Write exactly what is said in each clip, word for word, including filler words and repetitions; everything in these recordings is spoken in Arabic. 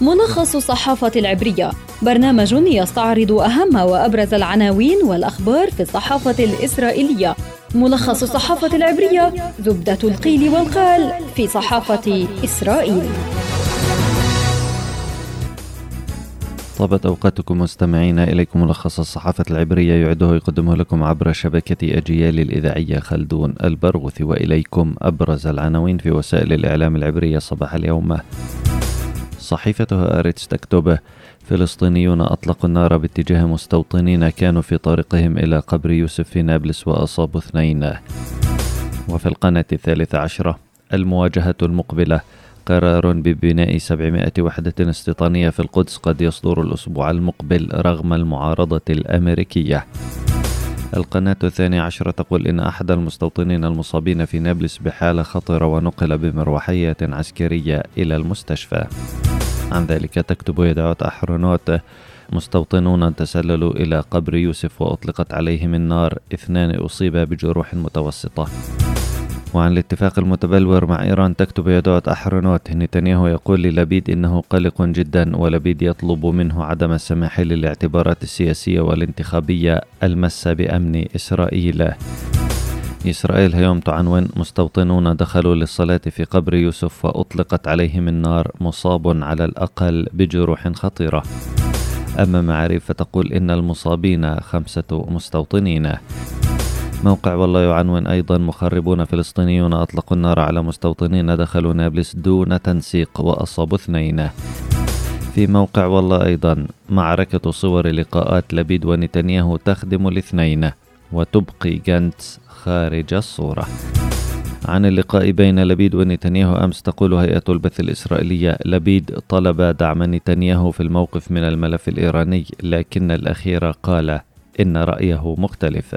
ملخص الصحافة العبرية، برنامج يستعرض أهم وأبرز العناوين والأخبار في الصحافة الإسرائيلية. ملخص الصحافة العبرية، زبدة القيل والقال في صحافة إسرائيل. طابت أوقاتكم مستمعينا، إليكم ملخص الصحافة العبرية يعده يقدمه لكم عبر شبكة أجيال الإذاعية خلدون البرغوثي، وإليكم أبرز العناوين في وسائل الإعلام العبرية صباح اليوم. صحيفة هآرتس تكتب: فلسطينيون أطلقوا النار باتجاه مستوطنين كانوا في طريقهم إلى قبر يوسف في نابلس وأصابوا اثنين. وفي القناة الثالثة عشرة: المواجهة المقبلة، قرار ببناء سبعمائة وحدة استيطانية في القدس قد يصدر الأسبوع المقبل رغم المعارضة الأمريكية. القناة الثانية عشرة تقول إن أحد المستوطنين المصابين في نابلس بحالة خطرة ونقل بمروحية عسكرية إلى المستشفى. عن ذلك تكتب يدعوت أحرنوت: مستوطنون تسللوا إلى قبر يوسف وأطلقت عليهم النار، اثنان أصيبا بجروح متوسطة. وعن الاتفاق المتبلور مع إيران تكتب يدعوت أحرنوت: نتنياهو يقول للبيد إنه قلق جدا، ولبيد يطلب منه عدم السماح للاعتبارات السياسية والانتخابية المسة بأمن إسرائيل. إسرائيل اليوم تعنون: مستوطنون دخلوا للصلاة في قبر يوسف وأطلقت عليهم النار، مصاب على الأقل بجروح خطيرة. أما معارف فتقول إن المصابين خمسة مستوطنين. موقع والله يعنون أيضا: مخربون فلسطينيون أطلقوا النار على مستوطنين دخلوا نابلس دون تنسيق وأصابوا اثنين. في موقع والله أيضا: معركة صور لقاءات لبيد ونتنياهو تخدم الاثنين وتبقي جانتس خارج الصورة. عن اللقاء بين لبيد ونتنياهو أمس تقول هيئة البث الإسرائيلية: لبيد طلب دعم نتنياهو في الموقف من الملف الإيراني، لكن الأخير قال إن رأيه مختلف.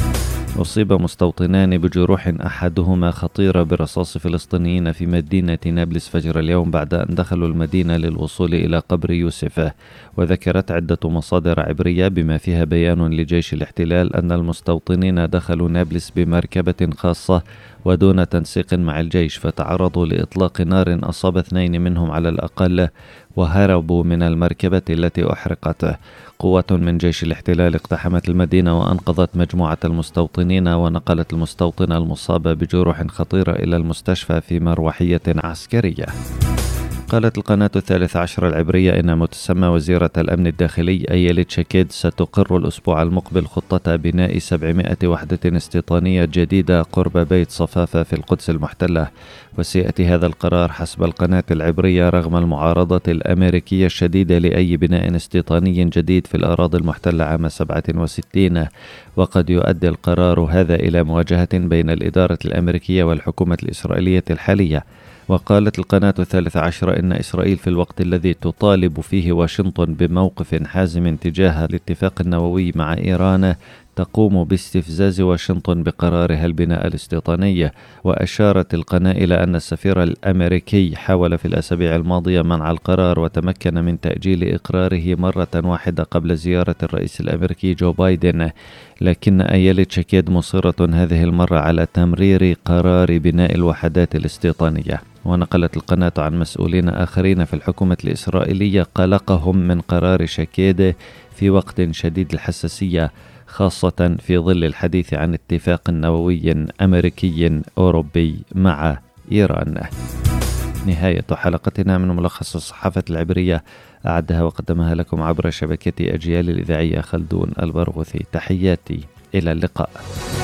أصيب مستوطنان بجروح أحدهما خطيرة برصاص فلسطينيين في مدينة نابلس فجر اليوم بعد أن دخلوا المدينة للوصول إلى قبر يوسف. وذكرت عدة مصادر عبرية بما فيها بيان لجيش الاحتلال أن المستوطنين دخلوا نابلس بمركبة خاصة ودون تنسيق مع الجيش، فتعرضوا لإطلاق نار أصاب اثنين منهم على الأقل وهربوا من المركبة التي أحرقت. قوة من جيش الاحتلال اقتحمت المدينة وأنقذت مجموعة المستوطنين ونقلت المستوطن المصاب بجروح خطيرة إلى المستشفى في مروحية عسكرية. قالت القناة الثالثة عشر العبرية إن متسمى وزيرة الأمن الداخلي أيلت شاكيد ستقر الأسبوع المقبل خطة بناء سبعمائة وحدة استيطانية جديدة قرب بيت صفافة في القدس المحتلة، وسيأتي هذا القرار حسب القناة العبرية رغم المعارضة الأمريكية الشديدة لأي بناء استيطاني جديد في الأراضي المحتلة عام سبعة وستين. وقد يؤدي القرار هذا إلى مواجهة بين الإدارة الأمريكية والحكومة الإسرائيلية الحالية. وقالت القناة الثالثة عشر إن إسرائيل في الوقت الذي تطالب فيه واشنطن بموقف حازم تجاه الاتفاق النووي مع إيران تقوم باستفزاز واشنطن بقرارها البناء الاستيطاني. وأشارت القناة إلى أن السفير الأمريكي حاول في الأسابيع الماضية منع القرار وتمكن من تأجيل إقراره مرة واحدة قبل زيارة الرئيس الأمريكي جو بايدن، لكن أيلت شاكيد مصرة هذه المرة على تمرير قرار بناء الوحدات الاستيطانية. ونقلت القناة عن مسؤولين آخرين في الحكومة الإسرائيلية قلقهم من قرار شاكيد في وقت شديد الحساسية، خاصة في ظل الحديث عن اتفاق نووي أمريكي أوروبي مع إيران. نهاية حلقتنا من ملخص الصحافة العبرية، أعدها وقدمها لكم عبر شبكة أجيال الإذاعية خلدون البرغوثي. تحياتي، إلى اللقاء.